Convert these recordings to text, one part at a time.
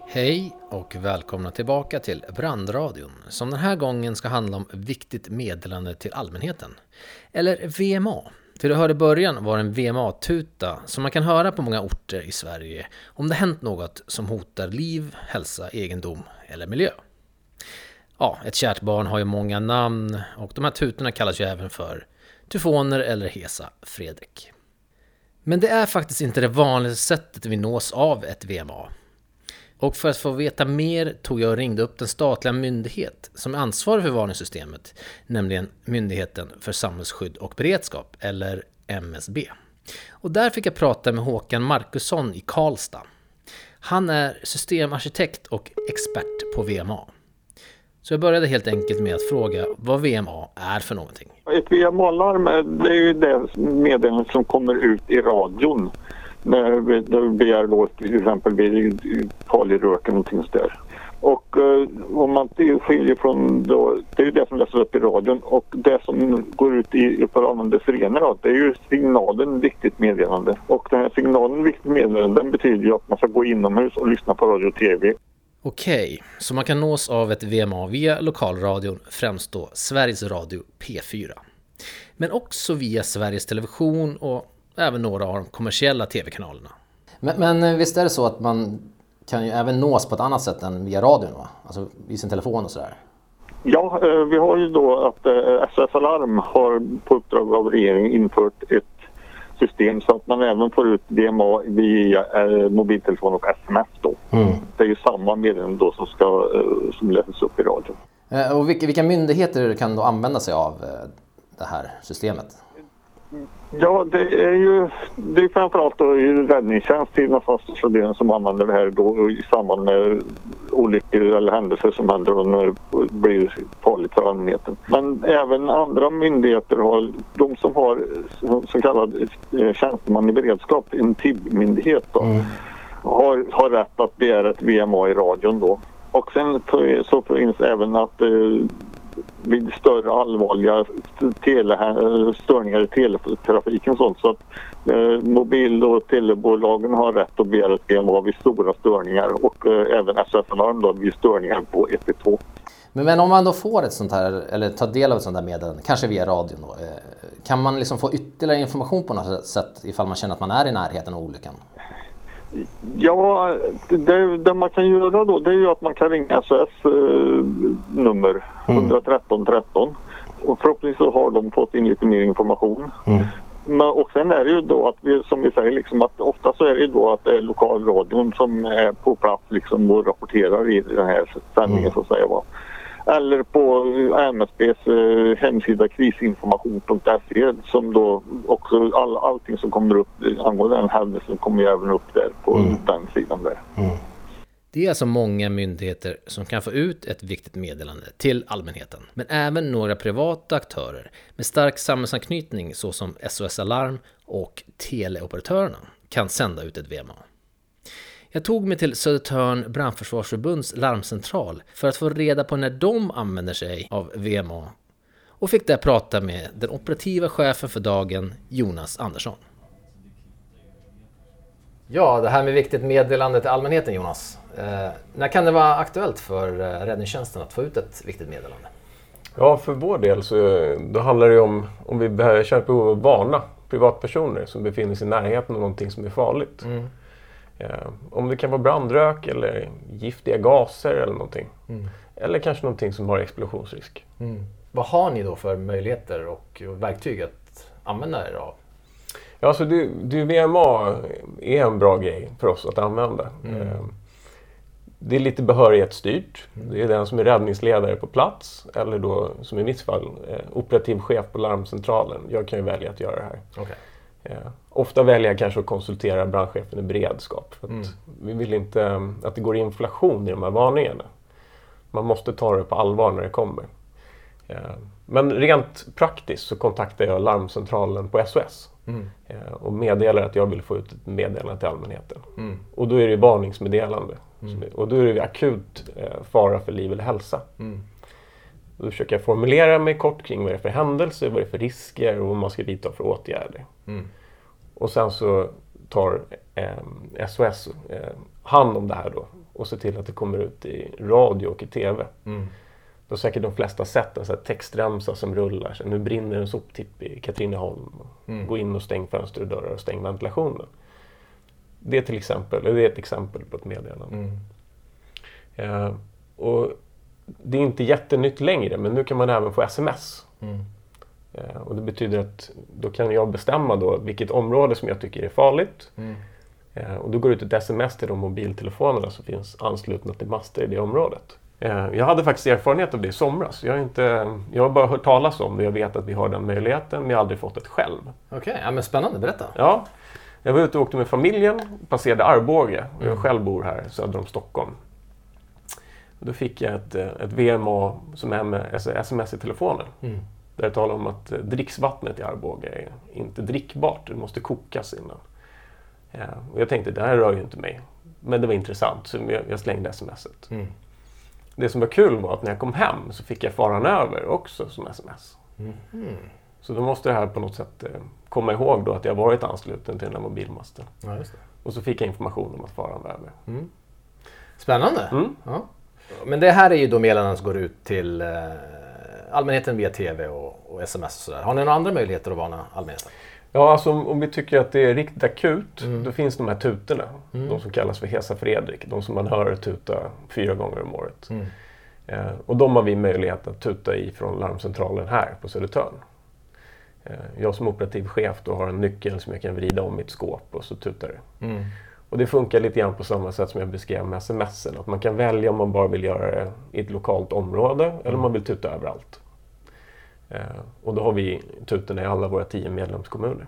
Hej och välkomna tillbaka till Brandradion som den här gången ska handla om viktigt meddelande till allmänheten. Eller VMA. Till du hörde i början var en VMA-tuta som man kan höra på många orter i Sverige om det hänt något som hotar liv, hälsa, egendom eller miljö. Ja, ett kärt barn har ju många namn och de här tutorna kallas ju även för tyfoner eller Hesa Fredrik. Men det är faktiskt inte det vanligaste sättet vi nås av ett VMA. Och för att få veta mer tog jag och ringde upp den statliga myndighet som är ansvarig för varningssystemet, nämligen Myndigheten för samhällsskydd och beredskap, eller MSB. Och där fick jag prata med Håkan Markusson i Karlstad. Han är systemarkitekt och expert på VMA. Så jag började helt enkelt med att fråga vad VMA är för någonting. Ett VMA-larm det är ju det meddelande som kommer ut i radion. När vi begär då till exempel vid farlig rök eller någonting sådär. Och om man skiljer från då, det är ju det som läses upp i radion, och det som går ut i förhållande föreningar då, det är ju signalen viktigt meddelande. Och den här signalen viktigt meddelande, den betyder ju att man ska gå inomhus och lyssna på radio och tv. Okej, så man kan nås av ett VMA via lokalradion, främst då Sveriges Radio P4. Men också via Sveriges Television och även några av de kommersiella tv-kanalerna. Men visst är det så att man kan ju även nås på ett annat sätt än via radion, va? Alltså i sin telefon och sådär. Ja, vi har ju då att SOS Alarm har på uppdrag av regeringen infört ett system så att man även får ut VMA via mobiltelefon och sms då. Det är ju samma meddelande då som läses upp i radion. Och vilka myndigheter kan då använda sig av det här systemet? Ja, det är framförallt då räddningstjänst i den första delen som använder det här då i samband med olyckor eller händelser som händer och när det blir farligt för allmänheten. Men även andra myndigheter har, de som har så kallad tjänsteman i beredskap, en TIB-myndighet då, har rätt att begära ett VMA i radion då. Och sen så finns även att vid större allvarliga störningar i teletrafiken sånt, så att mobil- och telebolagen har rätt att begära ett VMA vid stora störningar och även SOS Alarm då vid störningar på 112. Men om man då får ett sånt här, eller tar del av ett sånt här meddelande, kanske via radion då, kan man liksom få ytterligare information på något sätt ifall man känner att man är i närheten av olyckan? Ja, det man kan göra då, det är ju att man kan ringa SOS nummer 113 13 och förhoppningsvis så har de fått in lite mer information. Och sen är det ju då att vi, som vi säger liksom, att ofta så är det ju då att det är lokalradion som är på plats liksom och rapporterar i den här sändningen så att säga, va. Eller på MSBs hemsida krisinformation.se som då också allting som kommer upp angående den händelsen kommer ju även upp där på den sidan där. Det är alltså många myndigheter som kan få ut ett viktigt meddelande till allmänheten. Men även några privata aktörer med stark samhällsanknytning såsom SOS Alarm och teleoperatörerna kan sända ut ett VMA. Jag tog mig till Södertörn Brandförsvarsförbunds larmcentral för att få reda på när de använder sig av VMA och fick där prata med den operativa chefen för dagen, Jonas Andersson. Ja, det här med viktigt meddelande till allmänheten, Jonas. När kan det vara aktuellt för räddningstjänsten att få ut ett viktigt meddelande? Ja, för vår del så då handlar det om vi känner behov av att varna privatpersoner som befinner sig i närheten av någonting som är farligt. Om det kan vara brandrök eller giftiga gaser eller någonting. Eller kanske någonting som har explosionsrisk. Vad har ni då för möjligheter och verktyg att använda er av? Ja, alltså VMA är en bra grej för oss att använda. Det är lite behörighetsstyrt. Det är den som är räddningsledare på plats eller då, som i mitt fall, operativ chef på larmcentralen. Jag kan ju välja att göra det här. Okay. Ofta väljer jag kanske att konsultera brandchefen i beredskap. För att vi vill inte att det går inflation i de här varningarna. Man måste ta det på allvar när det kommer. Men rent praktiskt så kontaktar jag larmcentralen på SOS. Och meddelar att jag vill få ut ett meddelande till allmänheten. Och då är det varningsmeddelande. Och då är det akut fara för liv eller hälsa. Då försöker jag formulera mig kort kring vad det är för händelser, vad det är för risker och vad man ska vidta för åtgärder. Och sen så tar SOS hand om det här då och ser till att det kommer ut i radio och i tv. Då har säkert de flesta sett en så här textremsa som rullar. Så nu brinner en soptipp i Katrineholm. Gå in och stäng fönster och dörrar och stäng ventilationen. Det är ett exempel på ett meddelande. Och det är inte jättenytt längre, men nu kan man även få sms. Och det betyder att då kan jag bestämma då vilket område som jag tycker är farligt. Och då går det ut ett sms till de mobiltelefonerna som finns anslutna till master i det området. Jag hade faktiskt erfarenhet av det i somras. Jag har bara hört talas om det. Jag vet att vi har den möjligheten, men jag har aldrig fått det själv. Okej, ja, men spännande. Berätta. Ja, jag var ute och åkte med familjen, passerade Arboga. Och jag själv bor här söder om Stockholm. Då fick jag ett VMA som är med sms i telefonen. Där det talar om att dricksvattnet i Arboga är inte drickbart. Det måste kokas innan. Och jag tänkte, det här rör ju inte mig. Men det var intressant, så jag slängde smset. Det som var kul var att när jag kom hem så fick jag faran över också som sms. Så då måste det här på något sätt komma ihåg då att jag varit ansluten till den här mobilmasten. Ja, just det. Och så fick jag information om att faran var över. Spännande. Ja. Men det här är ju då meddelanden som går ut till allmänheten via tv och sms och sådär. Har ni några andra möjligheter att varna allmänheten? Ja, alltså om vi tycker att det är riktigt akut, då finns de här tutorna. De som kallas för Hesa Fredrik. De som man hör tuta 4 gånger om året. Och de har vi möjlighet att tuta ifrån larmcentralen här på Södertörn. Jag som operativ chef då har en nyckel som jag kan vrida om mitt skåp och så tutar det. Och det funkar lite grann på samma sätt som jag beskrev med sms'en. Att man kan välja om man bara vill göra det i ett lokalt område eller om man vill tuta överallt. Och då har vi tutorna i alla våra 10 medlemskommuner.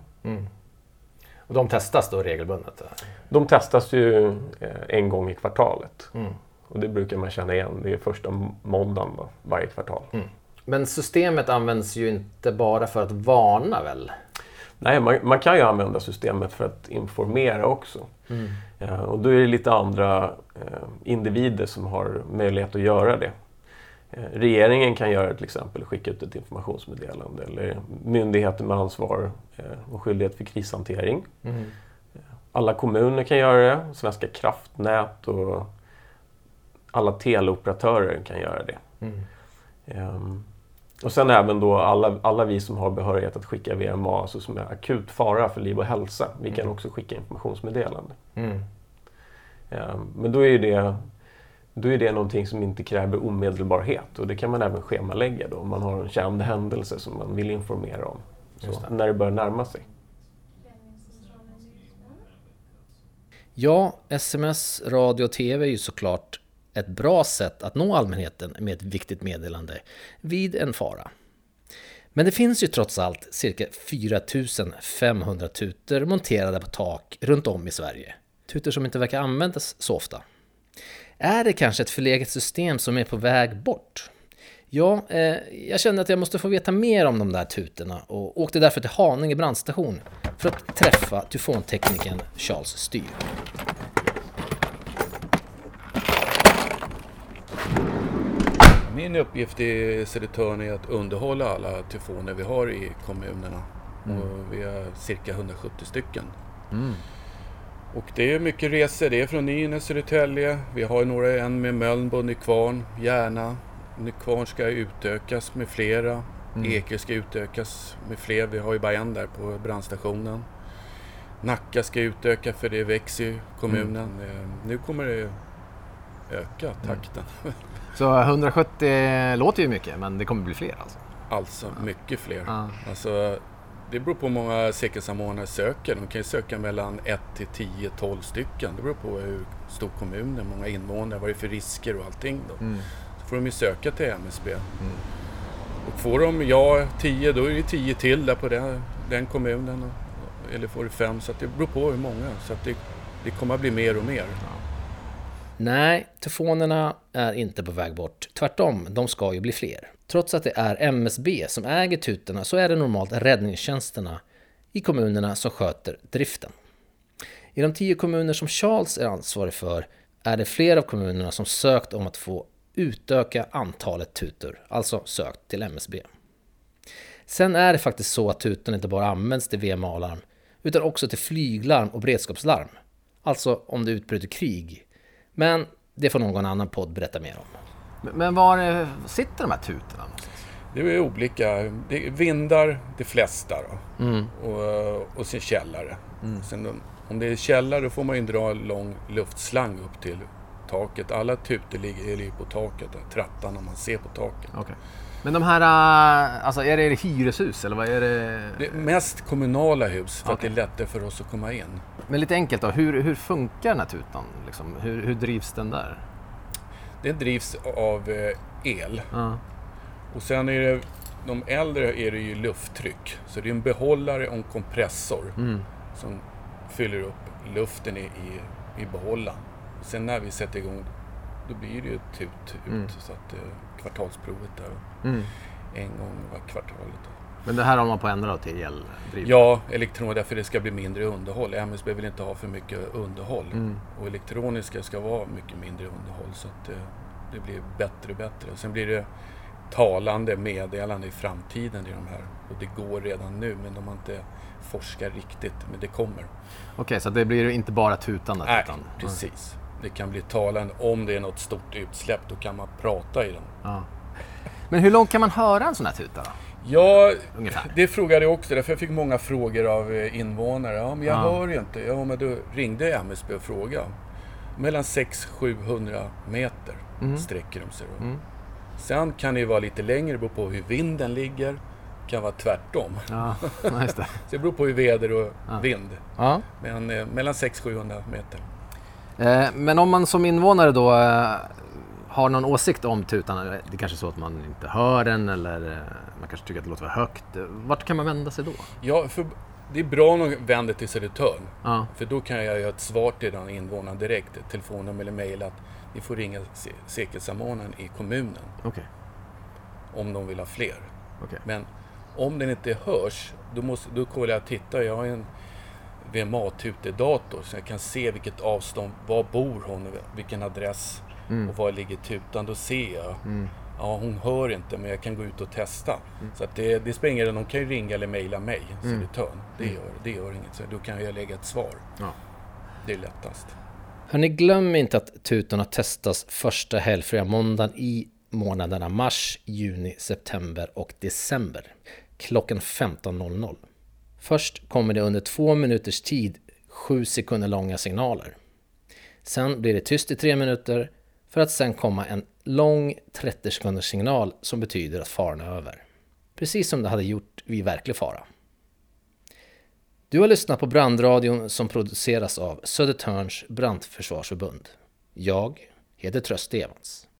Och de testas då regelbundet? De testas ju en gång i kvartalet. Och det brukar man känna igen. Det är första måndagen då, varje kvartal. Men systemet används ju inte bara för att varna väl? Nej, man kan ju använda systemet för att informera också. Och då är det lite andra individer som har möjlighet att göra det. Regeringen kan göra det till exempel, skicka ut ett informationsmeddelande eller myndigheter med ansvar och skyldighet för krishantering. Alla kommuner kan göra det, Svenska kraftnät och alla teleoperatörer kan göra det. Och sen även då alla vi som har behörighet att skicka VMA, alltså som är akut fara för liv och hälsa, vi kan också skicka informationsmeddelande. Men då är det någonting som inte kräver omedelbarhet, och det kan man även schemalägga då om man har en känd händelse som man vill informera om. Så när det börjar närma sig. Ja, sms, radio och tv är ju såklart ett bra sätt att nå allmänheten med ett viktigt meddelande vid en fara. Men det finns ju trots allt cirka 4500 tutor monterade på tak runt om i Sverige. Tutor som inte verkar användas så ofta. Är det kanske ett förlegat system som är på väg bort? Ja, jag kände att jag måste få veta mer om de där tutorna och åkte därför till Haninge brandstation för att träffa tyfonteknikern Charles Styr. Min uppgift i Södertörn är att underhålla alla tyfoner vi har i kommunerna. Och vi har cirka 170 stycken. Och det är mycket resor. Det är från Nynäs, Södertälje. Vi har en med Mölnbo, Nykvarn, Järna. Nykvarn ska utökas med flera. Eker ska utökas med fler. Vi har ju bara en där på brandstationen. Nacka ska utöka för det växer i kommunen. Nu kommer det öka takten. Så 170 låter ju mycket, men det kommer bli fler alltså? Alltså mycket fler. Alltså, det beror på hur många säkerhetssamordnare söker. De kan ju söka mellan 1 till 10, 12 stycken. Det beror på hur stor kommunen, många invånare, vad det är för risker och allting då. Så får de ju söka till MSB. Och får de 10, då är det 10 till där på den kommunen. Eller får det 5, så att det beror på hur många. Så att det kommer att bli mer och mer. Nej, tyfonerna är inte på väg bort. Tvärtom, de ska ju bli fler. Trots att det är MSB som äger tutorna så är det normalt räddningstjänsterna i kommunerna som sköter driften. I de 10 kommuner som Charles är ansvarig för är det flera av kommunerna som sökt om att få utöka antalet tutor, alltså sökt till MSB. Sen är det faktiskt så att tutorna inte bara används till VMA-alarm utan också till flyglarm och beredskapslarm. Alltså om det utbryter krig. Men det får någon annan podd berätta mer om. Men var sitter de här tutorna? Det är olika. Det är vindar, de flesta då. Och sen källare. Sen om det är källare då får man ju dra en lång luftslang upp till taket. Alla tutor ligger på taket, trattarna man ser på taket. Okay. Men de här, alltså är det hyreshus eller vad är det? Det är mest kommunala hus för att det är lättare för oss att komma in. Men lite enkelt då, hur funkar den här tutan? Liksom? Hur drivs den där? Den drivs av el. Och sen är det, de äldre är det ju lufttryck. Så det är en behållare och en kompressor som fyller upp luften i behållaren. Och sen när vi sätter igång, då blir det ju tut ut. Så att kvartalsprovet där en gång var kvartalet. Men det här har man på ändra till eldriv? Ja, elektroniskt, därför det ska bli mindre underhåll. MSB vill inte ha för mycket underhåll. Och elektroniska ska vara mycket mindre underhåll. Så att det blir bättre och bättre. Sen blir det talande meddelande i framtiden i de här. Och det går redan nu, men de har inte forskat riktigt. Men det kommer. Okej, så det blir inte bara tutande? Nej, precis. Det kan bli talande. Om det är något stort utsläpp, då kan man prata i den. Ja. Men hur långt kan man höra en sån här tuta då? Ja, ungefär. Det frågade jag också. Därför jag fick många frågor av invånare. Ja, men jag hör ju inte. Ja, men då ringde MSB och frågade. Mellan 600-700 meter sträcker de sig då. Sen kan det vara lite längre, det beror på hur vinden ligger. Det kan vara tvärtom. Ja, just det. Så det beror på hur väder och vind. Ja. Men mellan 600-700 meter. Men om man som invånare då har någon åsikt om tutan, det är kanske så att man inte hör den eller man kanske tycker att det låter för högt. Vart kan man vända sig då? Ja, för det är bra att vända till Södertörn. Ja. För då kan jag göra ett svar till den invånaren direkt, telefonnummer eller mejl, att ni får ringa säkerhetssamordnaren i kommunen. Okay. Om de vill ha fler. Okay. Men om den inte hörs, då kollar jag och tittar. Jag har en VMA-tutedator så jag kan se vilket avstånd, var bor hon, vilken adress och var ligger tutan. Då ser jag. Ja, hon hör inte, men jag kan gå ut och testa. Så att det spelar ingen roll, de kan ju ringa eller mejla mig, Södertörn. Det gör inget, så då kan jag lägga ett svar. Ja. Det är lättast. Hörrni, glöm inte att tutorna testas första helgfria måndagen i månaderna mars, juni, september och december. Klockan 15.00. Först kommer det under 2 minuters tid 7 sekunder långa signaler. Sen blir det tyst i 3 minuter för att sen komma en lång 30 sekunders signal som betyder att faran är över. Precis som det hade gjort vid verklig fara. Du har lyssnat på Brandradion som produceras av Södertörns brandförsvarsförbund. Jag heter Tröst Evans.